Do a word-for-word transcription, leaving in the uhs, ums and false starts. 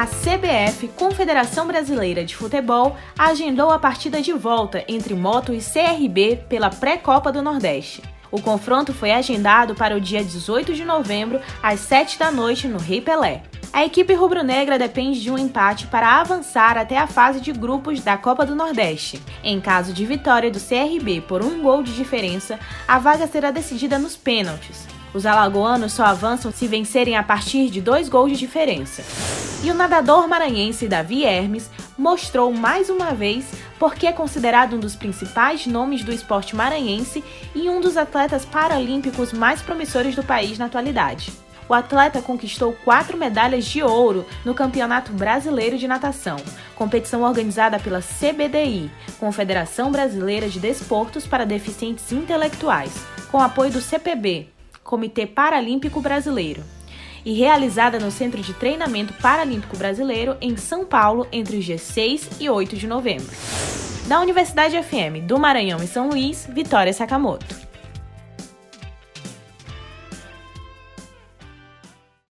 A C B F, Confederação Brasileira de Futebol, agendou a partida de volta entre Moto e C R B pela pré-Copa do Nordeste. O confronto foi agendado para o dia dezoito de novembro, às sete da noite, no Rei Pelé. A equipe rubro-negra depende de um empate para avançar até a fase de grupos da Copa do Nordeste. Em caso de vitória do C R B por um gol de diferença, a vaga será decidida nos pênaltis. Os alagoanos só avançam se vencerem a partir de dois gols de diferença. E o nadador maranhense Davi Hermes mostrou mais uma vez porque é considerado um dos principais nomes do esporte maranhense e um dos atletas paralímpicos mais promissores do país na atualidade. O atleta conquistou quatro medalhas de ouro no Campeonato Brasileiro de Natação, competição organizada pela C B D I, Confederação Brasileira de Desportos para Deficientes Intelectuais, com apoio do C P B, Comitê Paralímpico Brasileiro, e realizada no Centro de Treinamento Paralímpico Brasileiro em São Paulo entre os dias seis e oito de novembro. Da Universidade F M do Maranhão e São Luís, Vitória Sakamoto.